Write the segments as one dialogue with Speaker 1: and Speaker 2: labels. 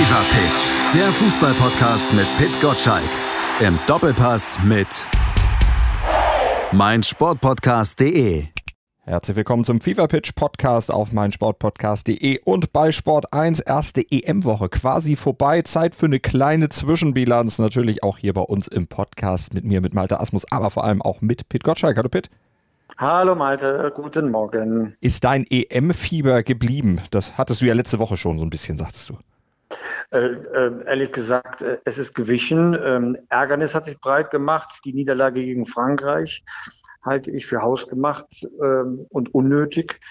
Speaker 1: Fever Pitch, der Fußball-Podcast mit Pit Gottschalk. Im Doppelpass mit meinsportpodcast.de.
Speaker 2: Herzlich willkommen zum Fever Pitch Podcast auf meinsportpodcast.de und bei Sport 1. Erste EM-Woche quasi vorbei. Zeit für eine kleine Zwischenbilanz. Natürlich auch hier bei uns im Podcast mit mir, mit Malte Asmus, aber vor allem auch mit Pit Gottschalk. Hallo Pit.
Speaker 3: Hallo Malte, guten Morgen.
Speaker 2: Ist dein EM-Fieber geblieben? Das hattest du ja letzte Woche schon so ein bisschen, sagtest du.
Speaker 3: Ehrlich gesagt, es ist gewichen. Ärgernis hat sich breit gemacht. Die Niederlage gegen Frankreich halte ich für hausgemacht und unnötig.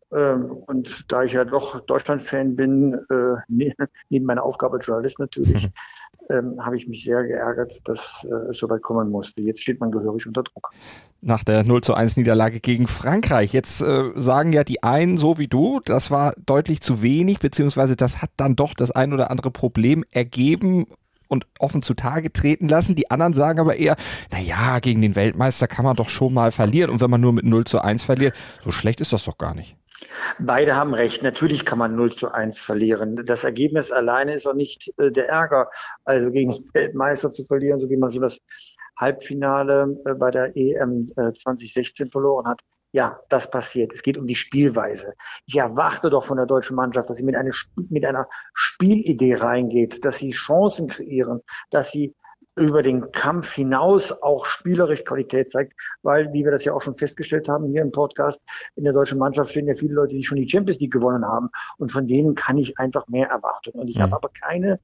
Speaker 3: Und da ich ja doch Deutschland-Fan bin, neben meiner Aufgabe als Journalist natürlich, habe ich mich sehr geärgert, dass es so weit kommen musste. Jetzt steht man gehörig unter Druck.
Speaker 2: Nach der 0:1 Niederlage gegen Frankreich. Jetzt sagen ja die einen, so wie du, das war deutlich zu wenig, beziehungsweise das hat dann doch das ein oder andere Problem ergeben und offen zutage treten lassen. Die anderen sagen aber eher, naja, gegen den Weltmeister kann man doch schon mal verlieren. Und wenn man nur mit 0:1 verliert, so schlecht ist das doch gar nicht.
Speaker 3: Beide haben recht. Natürlich kann man 0:1 verlieren. Das Ergebnis alleine ist auch nicht der Ärger. Also gegen den Weltmeister zu verlieren, so wie man so das Halbfinale bei der EM 2016 verloren hat. Ja, das passiert. Es geht um die Spielweise. Ich erwarte doch von der deutschen Mannschaft, dass sie mit einer Spielidee reingeht, dass sie Chancen kreieren, dass sie über den Kampf hinaus auch spielerisch Qualität zeigt, weil, wie wir das ja auch schon festgestellt haben hier im Podcast, in der deutschen Mannschaft stehen ja viele Leute, die schon die Champions League gewonnen haben und von denen kann ich einfach mehr erwarten. Und ich habe aber keine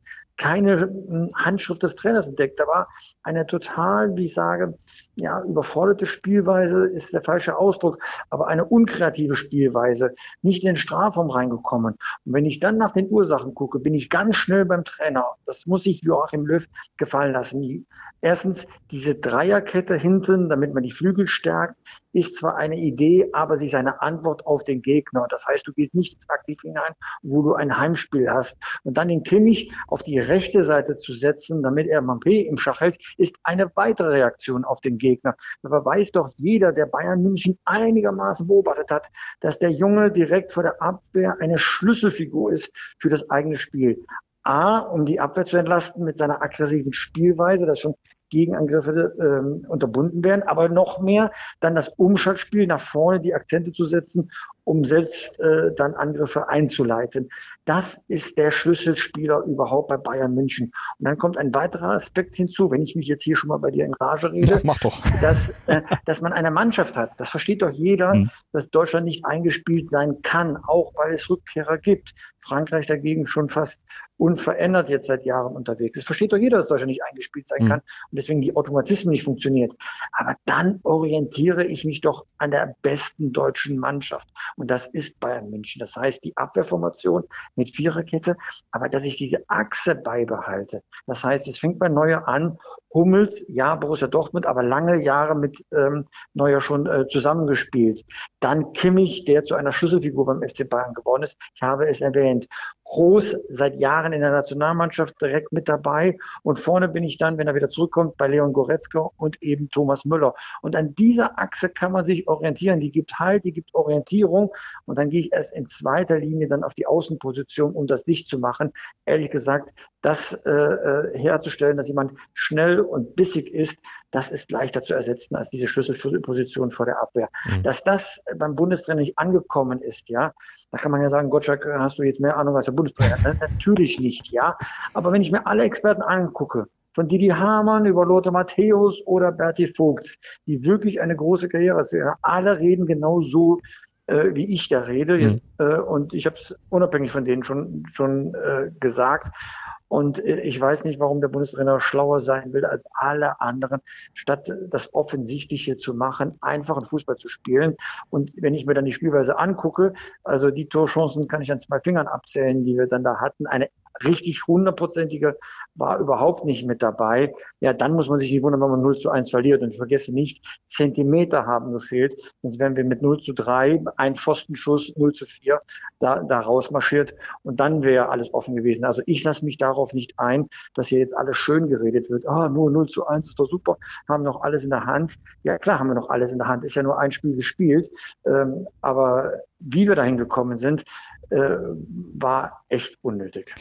Speaker 3: Handschrift des Trainers entdeckt. Da war eine total, wie ich sage, ja, überforderte Spielweise ist der falsche Ausdruck, aber eine unkreative Spielweise, nicht in den Strafraum reingekommen. Und wenn ich dann nach den Ursachen gucke, bin ich ganz schnell beim Trainer. Das muss sich Joachim Löw gefallen lassen. Erstens, diese Dreierkette hinten, damit man die Flügel stärkt, ist zwar eine Idee, aber sie ist eine Antwort auf den Gegner. Das heißt, du gehst nicht aktiv hinein, wo du ein Heimspiel hast. Und dann den Kimmich auf die rechte Seite zu setzen, damit er Mbappé im Schach hält, ist eine weitere Reaktion auf den Gegner. Aber weiß doch jeder, der Bayern München einigermaßen beobachtet hat, dass der Junge direkt vor der Abwehr eine Schlüsselfigur ist für das eigene Spiel. A, um die Abwehr zu entlasten mit seiner aggressiven Spielweise, dass schon Gegenangriffe unterbunden werden, aber noch mehr dann das Umschaltspiel nach vorne, die Akzente zu setzen, um selbst dann Angriffe einzuleiten. Das ist der Schlüsselspieler überhaupt bei Bayern München. Und dann kommt ein weiterer Aspekt hinzu, wenn ich mich jetzt hier schon mal bei dir in Rage rede,
Speaker 2: ja, mach doch.
Speaker 3: dass man eine Mannschaft hat. Das versteht doch jeder, dass Deutschland nicht eingespielt sein kann, auch weil es Rückkehrer gibt. Frankreich dagegen schon fast unverändert jetzt seit Jahren unterwegs. Es versteht doch jeder, dass Deutschland nicht eingespielt sein kann und deswegen die Automatismen nicht funktioniert. Aber dann orientiere ich mich doch an der besten deutschen Mannschaft. Und das ist Bayern München. Das heißt, die Abwehrformation mit Viererkette, aber dass ich diese Achse beibehalte. Das heißt, es fängt bei Neuer an, Hummels, ja, Borussia Dortmund, aber lange Jahre mit Neuer schon zusammengespielt. Dann Kimmich, der zu einer Schlüsselfigur beim FC Bayern geworden ist. Ich habe es erwähnt. Groß seit Jahren in der Nationalmannschaft direkt mit dabei. Und vorne bin ich dann, wenn er wieder zurückkommt, bei Leon Goretzka und eben Thomas Müller. Und an dieser Achse kann man sich orientieren. Die gibt Halt, die gibt Orientierung. Und dann gehe ich erst in zweiter Linie dann auf die Außenposition, um das dicht zu machen. Ehrlich gesagt, das herzustellen, dass jemand schnell und bissig ist, das ist leichter zu ersetzen als diese Schlüsselposition vor der Abwehr. Dass das beim Bundestrainer nicht angekommen ist, ja, da kann man ja sagen, Gottschalk, hast du jetzt mehr Ahnung als der Bundestrainer? Natürlich nicht, ja. Aber wenn ich mir alle Experten angucke, von Didi Hamann über Lothar Matthäus oder Berti Vogts, die wirklich eine große Karriere haben, alle reden genau so, wie ich da rede. Und ich habe es unabhängig von denen schon gesagt. Und ich weiß nicht, warum der Bundestrainer schlauer sein will als alle anderen, statt das Offensichtliche zu machen, einfachen Fußball zu spielen. Und wenn ich mir dann die Spielweise angucke, also die Torchancen kann ich an 2 Fingern abzählen, die wir dann da hatten. Eine richtig 100%ige war überhaupt nicht mit dabei. Ja, dann muss man sich nicht wundern, wenn man 0:1 verliert. Und ich vergesse nicht, Zentimeter haben gefehlt. Sonst wären wir mit 0:3, ein Pfostenschuss, 0:4 da rausmarschiert. Und dann wäre alles offen gewesen. Also ich lasse mich darauf nicht ein, dass hier jetzt alles schön geredet wird. Nur 0:1 ist doch super. Haben noch alles in der Hand. Ja, klar haben wir noch alles in der Hand. Ist ja nur ein Spiel gespielt. Aber wie wir dahin gekommen sind, war echt unnötig.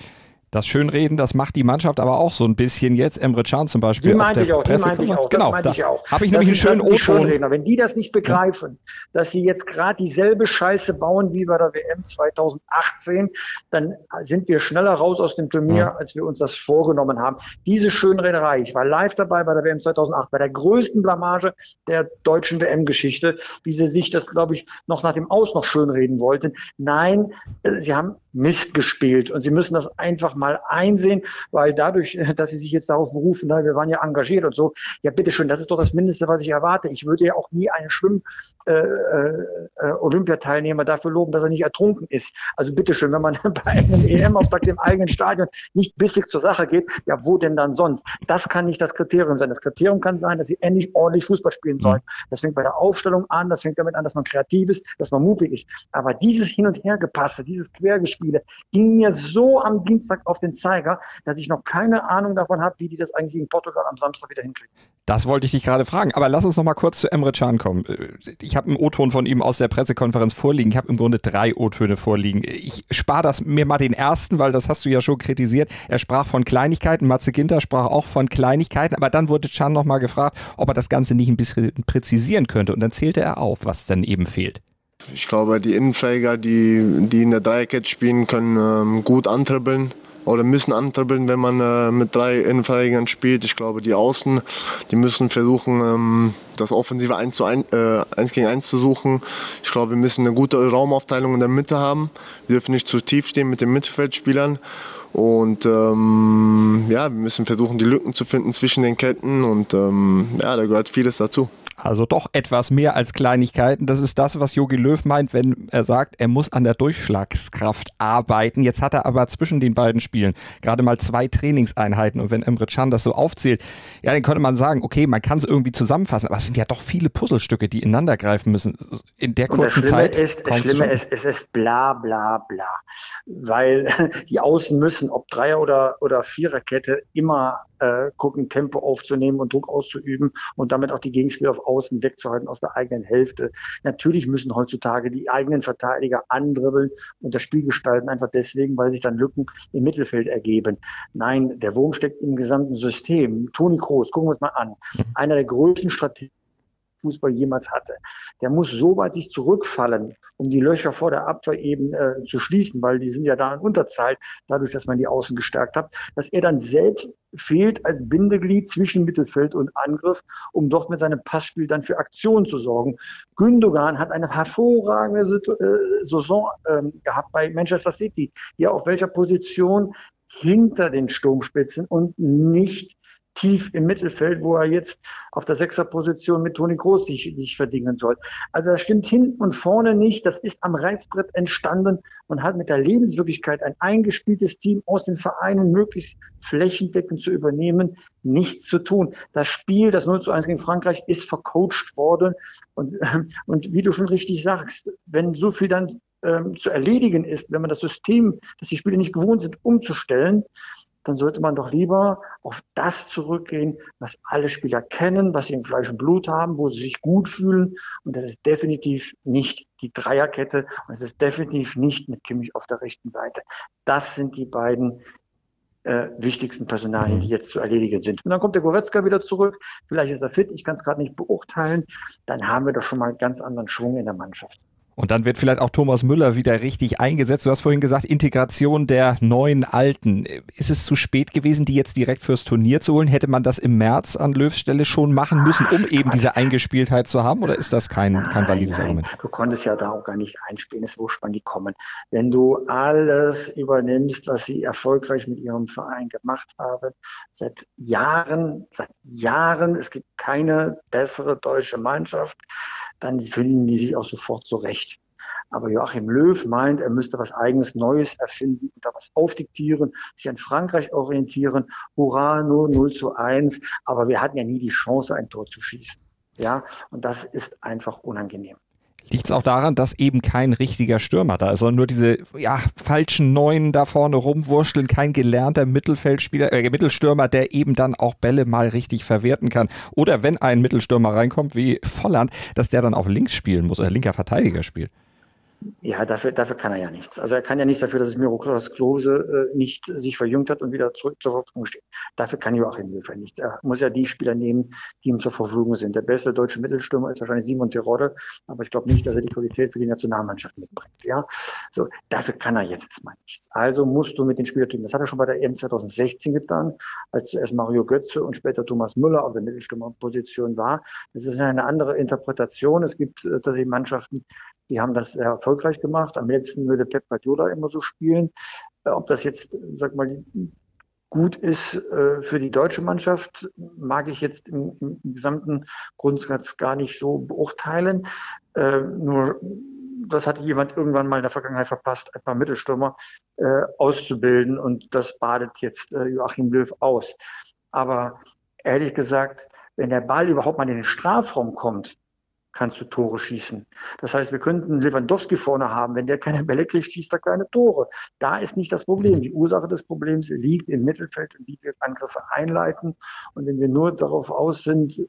Speaker 2: Das Schönreden, das macht die Mannschaft aber auch so ein bisschen jetzt. Emre Can zum Beispiel.
Speaker 3: Die meinte ich auch. Genau,
Speaker 2: da habe ich nämlich einen schönen O-Ton.
Speaker 3: Wenn die das nicht begreifen, dass sie jetzt gerade dieselbe Scheiße bauen wie bei der WM 2018, dann sind wir schneller raus aus dem Turnier, als wir uns das vorgenommen haben. Diese Schönrederei, ich war live dabei bei der WM 2008, bei der größten Blamage der deutschen WM-Geschichte, wie sie sich das, glaube ich, noch nach dem Aus noch schönreden wollten. Nein, sie haben Mist gespielt und sie müssen das einfach mal einsehen, weil dadurch, dass sie sich jetzt darauf berufen, wir waren ja engagiert und so, ja bitteschön, das ist doch das Mindeste, was ich erwarte. Ich würde ja auch nie einen Olympiateilnehmer dafür loben, dass er nicht ertrunken ist. Also bitteschön, wenn man bei einem EM-Auftakt im eigenen Stadion nicht bissig zur Sache geht, ja wo denn dann sonst? Das kann nicht das Kriterium sein. Das Kriterium kann sein, dass sie endlich ordentlich Fußball spielen sollen. Das fängt bei der Aufstellung an, das fängt damit an, dass man kreativ ist, dass man mutig ist. Aber dieses Hin- und Hergepasse, dieses Quergespiele ging mir so am Dienstag auf den Zeiger, dass ich noch keine Ahnung davon habe, wie die das eigentlich gegen Portugal am Samstag wieder hinkriegen.
Speaker 2: Das wollte ich dich gerade fragen, aber lass uns noch mal kurz zu Emre Can kommen. Ich habe einen O-Ton von ihm aus der Pressekonferenz vorliegen. Ich habe im Grunde 3 O-Töne vorliegen. Ich spare mir mal den ersten, weil das hast du ja schon kritisiert. Er sprach von Kleinigkeiten, Matze Ginter sprach auch von Kleinigkeiten, aber dann wurde Can noch mal gefragt, ob er das Ganze nicht ein bisschen präzisieren könnte und dann zählte er auf, was dann eben fehlt.
Speaker 4: Ich glaube, die Innenverteidiger, die in der Dreierkette spielen, können gut antribbeln oder müssen antribbeln, wenn man mit 3 Innenverteidigern spielt. Ich glaube, die Außen, die müssen versuchen, das offensive 1 gegen 1 zu suchen. Ich glaube, wir müssen eine gute Raumaufteilung in der Mitte haben. Wir dürfen nicht zu tief stehen mit den Mittelfeldspielern. Und wir müssen versuchen, die Lücken zu finden zwischen den Ketten. Und da gehört vieles dazu.
Speaker 2: Also doch etwas mehr als Kleinigkeiten. Das ist das, was Jogi Löw meint, wenn er sagt, er muss an der Durchschlagskraft arbeiten. Jetzt hat er aber zwischen den beiden Spielen gerade mal 2 Trainingseinheiten. Und wenn Emre Can das so aufzählt, ja, dann könnte man sagen, okay, man kann es irgendwie zusammenfassen. Aber es sind ja doch viele Puzzlestücke, die ineinander greifen müssen. In der kurzen Zeit.
Speaker 3: Das Schlimme ist, es ist bla bla bla. Weil die Außen müssen, ob Dreier- oder Viererkette, immer gucken, Tempo aufzunehmen und Druck auszuüben und damit auch die Gegenspieler auf Außen wegzuhalten aus der eigenen Hälfte. Natürlich müssen heutzutage die eigenen Verteidiger andribbeln und das Spiel gestalten, einfach deswegen, weil sich dann Lücken im Mittelfeld ergeben. Nein, der Wurm steckt im gesamten System. Toni Kroos, gucken wir uns mal an. Einer der größten Strategen Fußball jemals hatte. Der muss so weit sich zurückfallen, um die Löcher vor der Abwehr eben zu schließen, weil die sind ja da in Unterzahl, dadurch, dass man die Außen gestärkt hat, dass er dann selbst fehlt als Bindeglied zwischen Mittelfeld und Angriff, um dort mit seinem Passspiel dann für Aktionen zu sorgen. Gündogan hat eine hervorragende Saison gehabt bei Manchester City, hier auf welcher Position hinter den Sturmspitzen und nicht tief im Mittelfeld, wo er jetzt auf der 6er-Position mit Toni Kroos sich verdingen soll. Also das stimmt hinten und vorne nicht. Das ist am Reißbrett entstanden und hat mit der Lebenswirklichkeit ein eingespieltes Team aus den Vereinen möglichst flächendeckend zu übernehmen, nichts zu tun. Das Spiel, das 0:1 gegen Frankreich, ist vercoacht worden. Und wie du schon richtig sagst, wenn so viel dann zu erledigen ist, wenn man das System, das die Spieler nicht gewohnt sind, umzustellen, dann sollte man doch lieber auf das zurückgehen, was alle Spieler kennen, was sie im Fleisch und Blut haben, wo sie sich gut fühlen. Und das ist definitiv nicht die Dreierkette und es ist definitiv nicht mit Kimmich auf der rechten Seite. Das sind die beiden wichtigsten Personalien, die jetzt zu erledigen sind. Und dann kommt der Goretzka wieder zurück. Vielleicht ist er fit, ich kann es gerade nicht beurteilen. Dann haben wir doch schon mal einen ganz anderen Schwung in der Mannschaft.
Speaker 2: Und dann wird vielleicht auch Thomas Müller wieder richtig eingesetzt. Du hast vorhin gesagt, Integration der neuen Alten. Ist es zu spät gewesen, die jetzt direkt fürs Turnier zu holen? Hätte man das im März an Löws Stelle schon machen müssen, um eben diese Eingespieltheit zu haben? Oder ist das kein valides Argument?
Speaker 3: Du konntest ja da auch gar nicht einspielen, es wurscht, wann die kommen. Wenn du alles übernimmst, was sie erfolgreich mit ihrem Verein gemacht haben, seit Jahren, es gibt keine bessere deutsche Mannschaft, dann finden die sich auch sofort zurecht. Aber Joachim Löw meint, er müsste was Eigenes, Neues erfinden und da was aufdiktieren, sich an Frankreich orientieren. Hurra, nur 0:1. Aber wir hatten ja nie die Chance, ein Tor zu schießen. Ja, und das ist einfach unangenehm.
Speaker 2: Liegt es auch daran, dass eben kein richtiger Stürmer da ist, sondern nur diese falschen Neunen da vorne rumwurschteln, kein gelernter Mittelstürmer, der eben dann auch Bälle mal richtig verwerten kann. Oder wenn ein Mittelstürmer reinkommt wie Volland, dass der dann auf links spielen muss oder linker Verteidiger spielt.
Speaker 3: Ja, dafür kann er ja nichts. Also er kann ja nichts dafür, dass es Miroslav Klose nicht sich verjüngt hat und wieder zurück zur Verfügung steht. Dafür kann Joachim Löw ja nichts. Er muss ja die Spieler nehmen, die ihm zur Verfügung sind. Der beste deutsche Mittelstürmer ist wahrscheinlich Simon Terodde, aber ich glaube nicht, dass er die Qualität für die Nationalmannschaft mitbringt. Ja, so dafür kann er jetzt mal nichts. Also musst du mit den Spielertypen. Das hat er schon bei der EM 2016 getan, als zuerst Mario Götze und später Thomas Müller auf der Mittelstürmerposition war. Das ist eine andere Interpretation. Es gibt tatsächlich Mannschaften, die haben das sehr erfolgreich gemacht. Am liebsten würde Pep Guardiola immer so spielen. Ob das jetzt, sag mal, gut ist für die deutsche Mannschaft, mag ich jetzt im gesamten Grundsatz gar nicht so beurteilen. Nur das hatte jemand irgendwann mal in der Vergangenheit verpasst, ein paar Mittelstürmer auszubilden. Und das badet jetzt Joachim Löw aus. Aber ehrlich gesagt, wenn der Ball überhaupt mal in den Strafraum kommt, kannst du Tore schießen. Das heißt, wir könnten Lewandowski vorne haben. Wenn der keine Bälle kriegt, schießt er keine Tore. Da ist nicht das Problem. Die Ursache des Problems liegt im Mittelfeld und wie wir Angriffe einleiten. Und wenn wir nur darauf aus sind,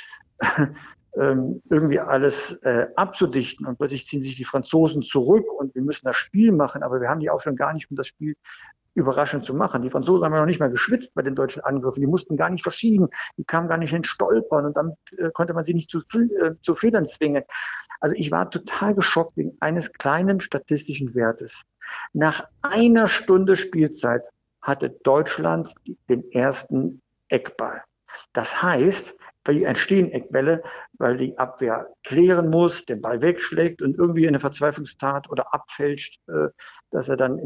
Speaker 3: irgendwie alles abzudichten und plötzlich ziehen sich die Franzosen zurück und wir müssen das Spiel machen, aber wir haben die auch schon gar nicht, um das Spiel überraschend zu machen. Die Franzosen haben ja noch nicht mal geschwitzt bei den deutschen Angriffen. Die mussten gar nicht verschieben. Die kamen gar nicht in Stolpern und dann konnte man sie nicht zu Fehlern zwingen. Also ich war total geschockt wegen eines kleinen statistischen Wertes. Nach einer Stunde Spielzeit hatte Deutschland den ersten Eckball. Das heißt, wie entstehen Eckbälle, weil die Abwehr klären muss, den Ball wegschlägt und irgendwie in eine Verzweiflungstat oder abfälscht, dass er dann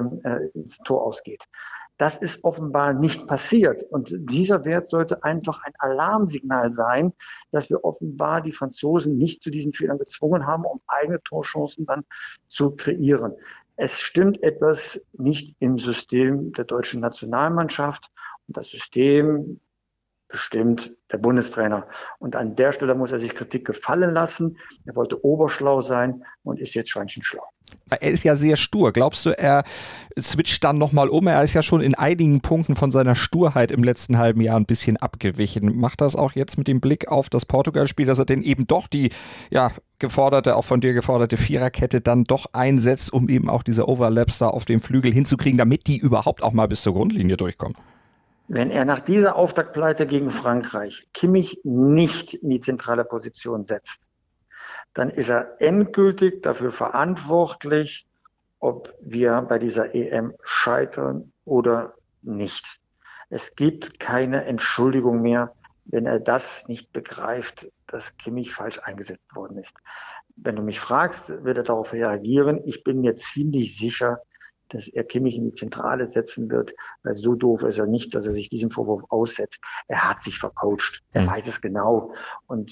Speaker 3: ins Tor ausgeht. Das ist offenbar nicht passiert. Und dieser Wert sollte einfach ein Alarmsignal sein, dass wir offenbar die Franzosen nicht zu diesen Fehlern gezwungen haben, um eigene Torchancen dann zu kreieren. Es stimmt etwas nicht im System der deutschen Nationalmannschaft. Und das System bestimmt der Bundestrainer. Und an der Stelle muss er sich Kritik gefallen lassen. Er wollte oberschlau sein und ist jetzt schweinchenschlau.
Speaker 2: Er ist ja sehr stur. Glaubst du, er switcht dann nochmal um? Er ist ja schon in einigen Punkten von seiner Sturheit im letzten halben Jahr ein bisschen abgewichen. Macht das auch jetzt mit dem Blick auf das Portugal-Spiel, dass er denn eben doch die geforderte, auch von dir geforderte Viererkette dann doch einsetzt, um eben auch diese Overlaps da auf dem Flügel hinzukriegen, damit die überhaupt auch mal bis zur Grundlinie durchkommen?
Speaker 3: Wenn er nach dieser Auftaktpleite gegen Frankreich Kimmich nicht in die zentrale Position setzt, dann ist er endgültig dafür verantwortlich, ob wir bei dieser EM scheitern oder nicht. Es gibt keine Entschuldigung mehr, wenn er das nicht begreift, dass Kimmich falsch eingesetzt worden ist. Wenn du mich fragst, wird er darauf reagieren. Ich bin mir ziemlich sicher, dass er Kimmich in die Zentrale setzen wird, weil so doof ist er nicht, dass er sich diesem Vorwurf aussetzt. Er hat sich vercoacht, er weiß es genau und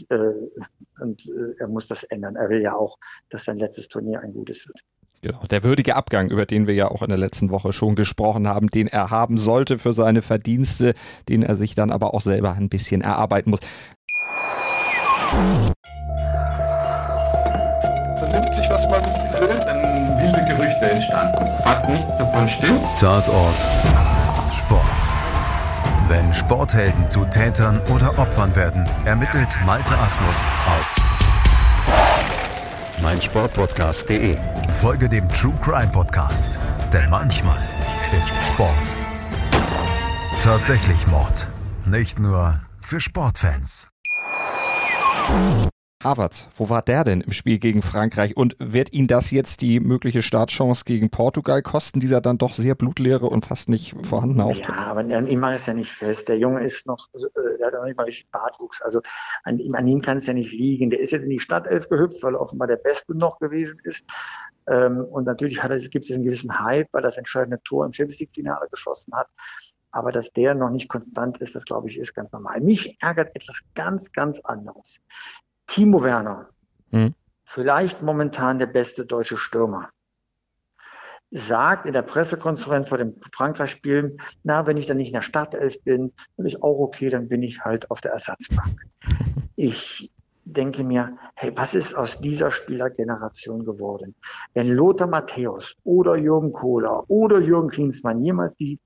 Speaker 3: er muss das ändern. Er will ja auch, dass sein letztes Turnier ein gutes wird.
Speaker 2: Genau, der würdige Abgang, über den wir ja auch in der letzten Woche schon gesprochen haben, den er haben sollte für seine Verdienste, den er sich dann aber auch selber ein bisschen erarbeiten muss.
Speaker 5: Vernimmt sich, was man will, dann wilde Gerüchte entstanden. Fast nichts davon stimmt.
Speaker 1: Tatort Sport. Wenn Sporthelden zu Tätern oder Opfern werden, ermittelt Malte Asmus auf meinsportpodcast.de. Folge dem True Crime Podcast, denn manchmal ist Sport tatsächlich Mord. Nicht nur für Sportfans.
Speaker 2: Havertz, wo war der denn im Spiel gegen Frankreich? Und wird ihn das jetzt die mögliche Startchance gegen Portugal kosten, dieser dann doch sehr blutleere und fast nicht vorhandene Auftritt?
Speaker 3: Ja, aber an ihm mache ich es ja nicht fest. Der Junge ist noch, der hat noch nicht mal richtig Bartwuchs. Also an ihm kann es ja nicht liegen. Der ist jetzt in die Startelf gehüpft, weil er offenbar der Beste noch gewesen ist. Und natürlich gibt es einen gewissen Hype, weil er das entscheidende Tor im Champions League-Finale geschossen hat. Aber dass der noch nicht konstant ist, das glaube ich, ist ganz normal. Mich ärgert etwas ganz, ganz anderes. Timo Werner, vielleicht momentan der beste deutsche Stürmer, sagt in der Pressekonferenz vor dem Frankreich-Spiel, wenn ich dann nicht in der Startelf bin, dann ist auch okay, dann bin ich halt auf der Ersatzbank. Ich denke mir, hey, was ist aus dieser Spielergeneration geworden? Wenn Lothar Matthäus oder Jürgen Kohler oder Jürgen Klinsmann jemals die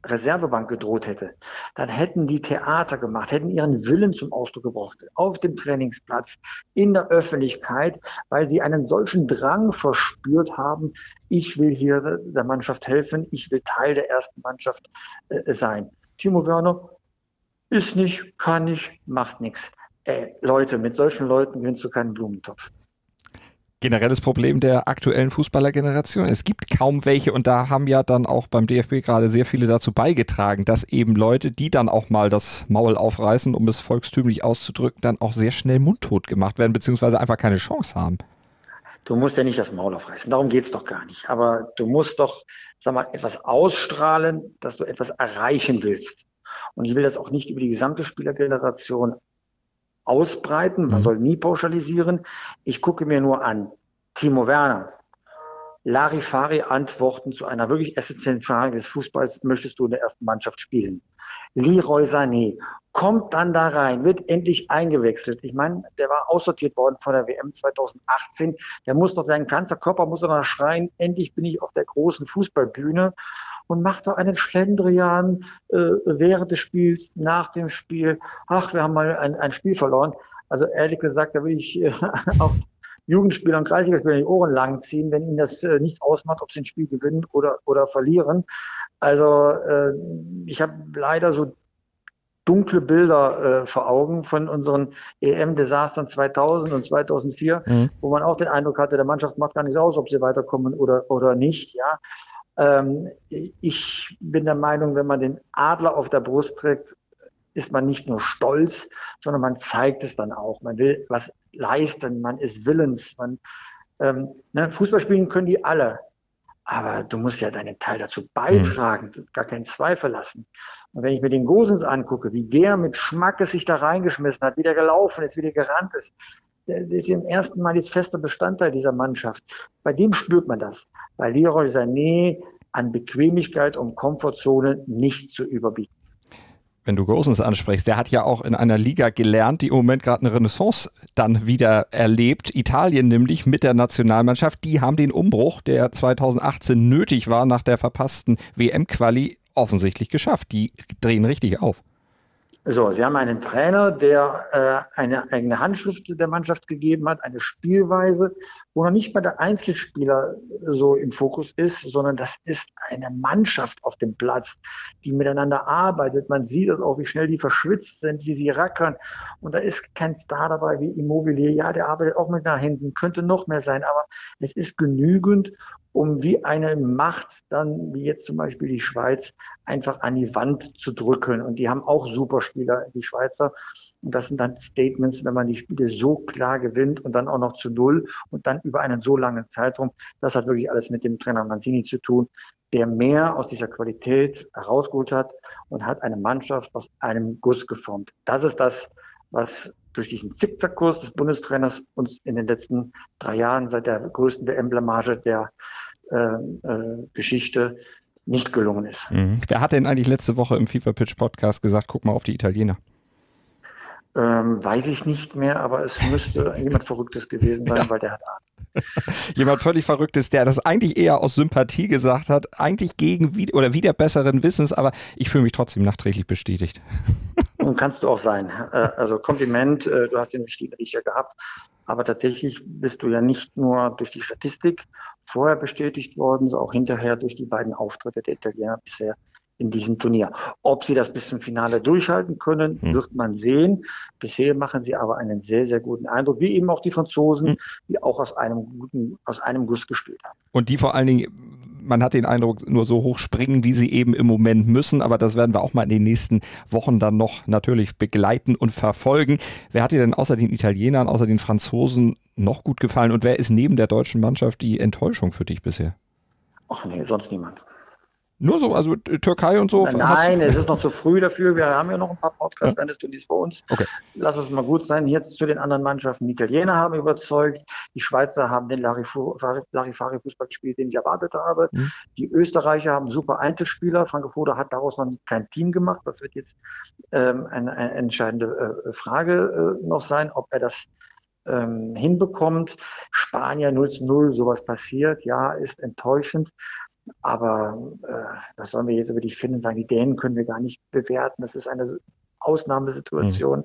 Speaker 3: Reservebank gedroht hätte, dann hätten die Theater gemacht, hätten ihren Willen zum Ausdruck gebracht, auf dem Trainingsplatz, in der Öffentlichkeit, weil sie einen solchen Drang verspürt haben, ich will hier der Mannschaft helfen, ich will Teil der ersten Mannschaft sein. Timo Werner ist nicht, kann nicht, macht nichts. Leute, mit solchen Leuten gewinnst du keinen Blumentopf.
Speaker 2: Generelles Problem der aktuellen Fußballergeneration. Es gibt kaum welche und da haben ja dann auch beim DFB gerade sehr viele dazu beigetragen, dass eben Leute, die dann auch mal das Maul aufreißen, um es volkstümlich auszudrücken, dann auch sehr schnell mundtot gemacht werden, beziehungsweise einfach keine Chance haben.
Speaker 3: Du musst ja nicht das Maul aufreißen, darum geht's doch gar nicht. Aber du musst doch, sag mal, etwas ausstrahlen, dass du etwas erreichen willst. Und ich will das auch nicht über die gesamte Spielergeneration ausbreiten. Man soll nie pauschalisieren. Ich gucke mir nur an, Timo Werner, Larifari antworten zu einer wirklich essentiellen Frage des Fußballs, möchtest du in der ersten Mannschaft spielen? Leroy Sané kommt dann da rein, wird endlich eingewechselt. Ich meine, der war aussortiert worden von der WM 2018. Der muss doch, sein ganzer Körper muss doch noch schreien, endlich bin ich auf der großen Fußballbühne. Und macht doch einen Schlendrian während des Spiels, nach dem Spiel. Ach, wir haben mal ein Spiel verloren. Also ehrlich gesagt, da will ich auch Jugendspieler und Kreisligaspieler die Ohren lang ziehen, wenn ihnen das nichts ausmacht, ob sie ein Spiel gewinnen oder verlieren. Also ich habe leider so dunkle Bilder vor Augen von unseren EM-Desastern 2000 und 2004, wo man auch den Eindruck hatte, der Mannschaft macht gar nichts aus, ob sie weiterkommen oder nicht, ja. Ich bin der Meinung, wenn man den Adler auf der Brust trägt, ist man nicht nur stolz, sondern man zeigt es dann auch. Man will was leisten, man ist willens. Fußball spielen können die alle, aber du musst ja deinen Teil dazu beitragen, gar keinen Zweifel lassen. Und wenn ich mir den Gosens angucke, wie der mit Schmackes sich da reingeschmissen hat, wie der gelaufen ist, wie der gerannt ist, der ist im ersten Mal jetzt fester Bestandteil dieser Mannschaft. Bei dem spürt man das. Bei Leroy Sané an Bequemlichkeit und Komfortzone nicht zu überbieten.
Speaker 2: Wenn du Gosens ansprichst, der hat ja auch in einer Liga gelernt, die im Moment gerade eine Renaissance dann wieder erlebt. Italien nämlich mit der Nationalmannschaft. Die haben den Umbruch, der 2018 nötig war nach der verpassten WM-Quali, offensichtlich geschafft. Die drehen richtig auf.
Speaker 3: So, Sie haben einen Trainer, der eine eigene Handschrift der Mannschaft gegeben hat, eine Spielweise, wo noch nicht mal der Einzelspieler so im Fokus ist, sondern das ist eine Mannschaft auf dem Platz, die miteinander arbeitet. Man sieht es auch, wie schnell die verschwitzt sind, wie sie rackern. Und da ist kein Star dabei wie Immobile. Ja, der arbeitet auch mit nach hinten, könnte noch mehr sein, aber es ist genügend, um wie eine Macht dann, wie jetzt zum Beispiel die Schweiz, einfach an die Wand zu drücken. Und die haben auch Superspieler, die Schweizer. Und das sind dann Statements, wenn man die Spiele so klar gewinnt und dann auch noch zu 0 und dann über einen so langen Zeitraum. Das hat wirklich alles mit dem Trainer Mancini zu tun, der mehr aus dieser Qualität herausgeholt hat und hat eine Mannschaft aus einem Guss geformt. Das ist das, was durch diesen Zickzackkurs des Bundestrainers uns in den letzten 3 Jahren seit der größten WM-Blamage der Geschichte nicht gelungen ist.
Speaker 2: Wer hat denn eigentlich letzte Woche im FIFA-Pitch-Podcast gesagt, guck mal auf die Italiener?
Speaker 3: Weiß ich nicht mehr, aber es müsste jemand Verrücktes gewesen sein, weil der hat Ahnung.
Speaker 2: Jemand völlig Verrücktes, der das eigentlich eher aus Sympathie gesagt hat, eigentlich gegen wieder besseren Wissens, aber ich fühle mich trotzdem nachträglich bestätigt.
Speaker 3: Und kannst du auch sein. Also Kompliment, du hast den richtigen Riecher gehabt, aber tatsächlich bist du ja nicht nur durch die Statistik vorher bestätigt worden, sondern auch hinterher durch die beiden Auftritte der Italiener bisher in diesem Turnier. Ob sie das bis zum Finale durchhalten können, wird man sehen. Bisher machen sie aber einen sehr, sehr guten Eindruck, wie eben auch die Franzosen, die auch aus einem Guss gespielt haben.
Speaker 2: Und die vor allen Dingen, man hat den Eindruck, nur so hoch springen, wie sie eben im Moment müssen. Aber das werden wir auch mal in den nächsten Wochen dann noch natürlich begleiten und verfolgen. Wer hat dir denn außer den Italienern, außer den Franzosen noch gut gefallen? Und wer ist neben der deutschen Mannschaft die Enttäuschung für dich bisher?
Speaker 3: Ach nee, sonst niemand.
Speaker 2: Nur so, also Türkei und so?
Speaker 3: Nein, es ist noch zu früh dafür. Wir haben ja noch ein paar Podcasts eines Turniers vor uns.
Speaker 2: Okay.
Speaker 3: Lass es mal gut sein. Jetzt zu den anderen Mannschaften. Die Italiener haben überzeugt. Die Schweizer haben den Larifari-Fußball gespielt, den ich erwartet habe. Die Österreicher haben super Einzelspieler. Franco Foda hat daraus noch kein Team gemacht. Das wird jetzt eine entscheidende Frage noch sein, ob er das hinbekommt. Spanier 0-0, sowas passiert. Ja, ist enttäuschend. Aber was sollen wir jetzt über die Finnen sagen? Die Dänen können wir gar nicht bewerten. Das ist eine Ausnahmesituation.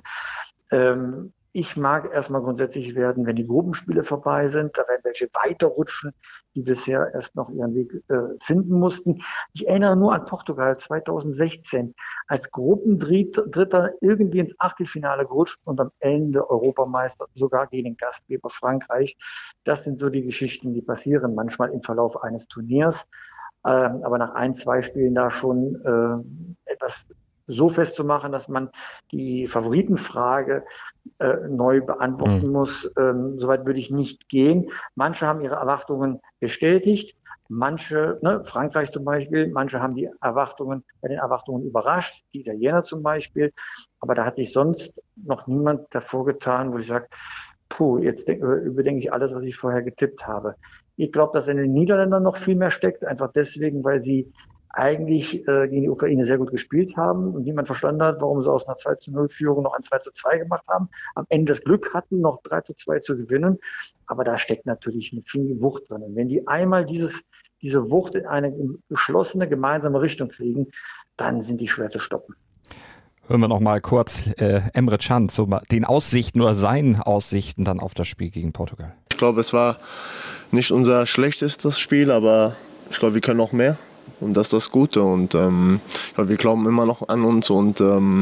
Speaker 3: Ich mag erstmal grundsätzlich werden, wenn die Gruppenspiele vorbei sind. Da werden welche weiterrutschen, die bisher erst noch ihren Weg finden mussten. Ich erinnere nur an Portugal 2016, als Gruppendritter irgendwie ins Achtelfinale gerutscht und am Ende Europameister, sogar gegen den Gastgeber Frankreich. Das sind so die Geschichten, die passieren manchmal im Verlauf eines Turniers. Aber nach 1-2 Spielen da schon etwas so festzumachen, dass man die Favoritenfrage neu beantworten muss. Soweit würde ich nicht gehen. Manche haben ihre Erwartungen bestätigt. Manche, Frankreich zum Beispiel, manche haben bei den Erwartungen überrascht. Die Italiener zum Beispiel. Aber da hat sich sonst noch niemand davor getan, wo ich sage, jetzt überdenke ich alles, was ich vorher getippt habe. Ich glaube, dass in den Niederländern noch viel mehr steckt. Einfach deswegen, weil sie eigentlich gegen die Ukraine sehr gut gespielt haben und niemand verstanden hat, warum sie aus einer 2-0-Führung noch ein 2-2 gemacht haben. Am Ende das Glück hatten, noch 3-2 zu gewinnen. Aber da steckt natürlich eine viel Wucht drin. Und wenn die einmal diese Wucht in eine geschlossene, gemeinsame Richtung kriegen, dann sind die schwer zu stoppen.
Speaker 2: Hören wir noch mal kurz Emre Can zu den Aussichten oder seinen Aussichten dann auf das Spiel gegen Portugal.
Speaker 4: Ich glaube, es war nicht unser schlechtestes Spiel, aber ich glaube, wir können noch mehr. Und das ist das Gute. Und wir glauben immer noch an uns und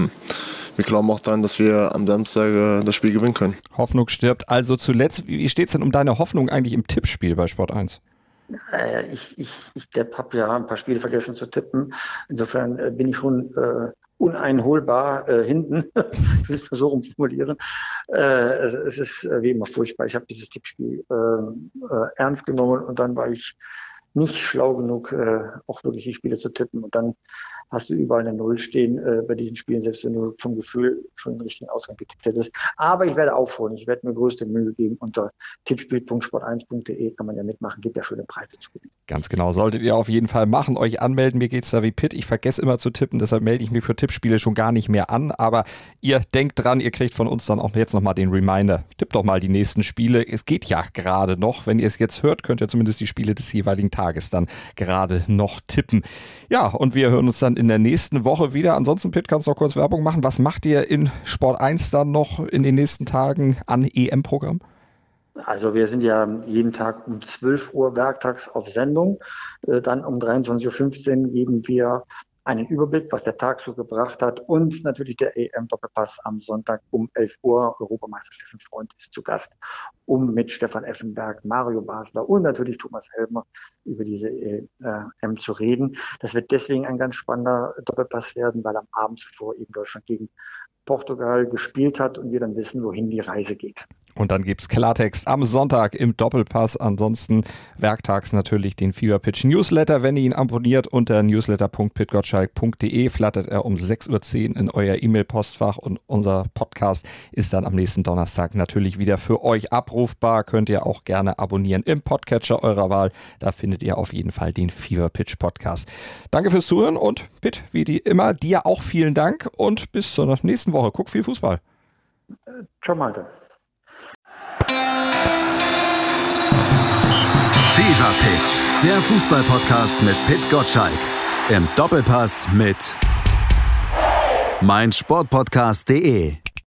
Speaker 4: wir glauben auch daran, dass wir am Samstag das Spiel gewinnen können.
Speaker 2: Hoffnung stirbt also zuletzt. Wie steht es denn um deine Hoffnung eigentlich im Tippspiel bei Sport 1?
Speaker 3: Ich habe ja ein paar Spiele vergessen zu tippen. Insofern bin ich schon uneinholbar hinten. Ich will es so rumformulieren. Es ist wie immer furchtbar. Ich habe dieses Tippspiel ernst genommen und dann war ich nicht schlau genug, auch wirklich die Spiele zu tippen. Und dann hast du überall eine Null stehen bei diesen Spielen, selbst wenn du vom Gefühl schon den richtigen Ausgang getippt hättest. Aber ich werde aufholen. Ich werde mir größte Mühe geben. Unter tippspiel.sport1.de kann man ja mitmachen. Gibt ja schöne Preise zu gewinnen.
Speaker 2: Ganz genau. Solltet ihr auf jeden Fall machen. Euch anmelden. Mir geht's da wie Pitt. Ich vergesse immer zu tippen. Deshalb melde ich mich für Tippspiele schon gar nicht mehr an. Aber ihr denkt dran, ihr kriegt von uns dann auch jetzt nochmal den Reminder. Tippt doch mal die nächsten Spiele. Es geht ja gerade noch. Wenn ihr es jetzt hört, könnt ihr zumindest die Spiele des jeweiligen Tages dann gerade noch tippen. Ja, und wir hören uns dann in der nächsten Woche wieder. Ansonsten, Pitt, kannst du noch kurz Werbung machen. Was macht ihr in Sport 1 dann noch in den nächsten Tagen an EM-Programm?
Speaker 3: Also wir sind ja jeden Tag um 12 Uhr werktags auf Sendung. Dann um 23.15 Uhr geben wir einen Überblick, was der Tag so gebracht hat. Und natürlich der EM-Doppelpass am Sonntag um 11 Uhr. Europameister Steffen Freund ist zu Gast, um mit Stefan Effenberg, Mario Basler und natürlich Thomas Helmer über diese EM zu reden. Das wird deswegen ein ganz spannender Doppelpass werden, weil am Abend zuvor eben Deutschland gegen Portugal gespielt hat und wir dann wissen, wohin die Reise geht.
Speaker 2: Und dann gibt's Klartext am Sonntag im Doppelpass. Ansonsten werktags natürlich den Fever Pitch Newsletter. Wenn ihr ihn abonniert unter newsletter.pitgottschalk.de, flattert er um 6.10 Uhr in euer E-Mail-Postfach und unser Podcast ist dann am nächsten Donnerstag natürlich wieder für euch abrufbar. Könnt ihr auch gerne abonnieren im Podcatcher eurer Wahl. Da findet ihr auf jeden Fall den Fever Pitch Podcast. Danke fürs Zuhören und Pitt, wie immer, dir auch vielen Dank und bis zur nächsten Woche. Guck viel Fußball.
Speaker 3: Ciao, Malte.
Speaker 1: Fever Pitch, der Fußball-Podcast mit Pitt Gottschalk. Im Doppelpass mit meinsportpodcast.de.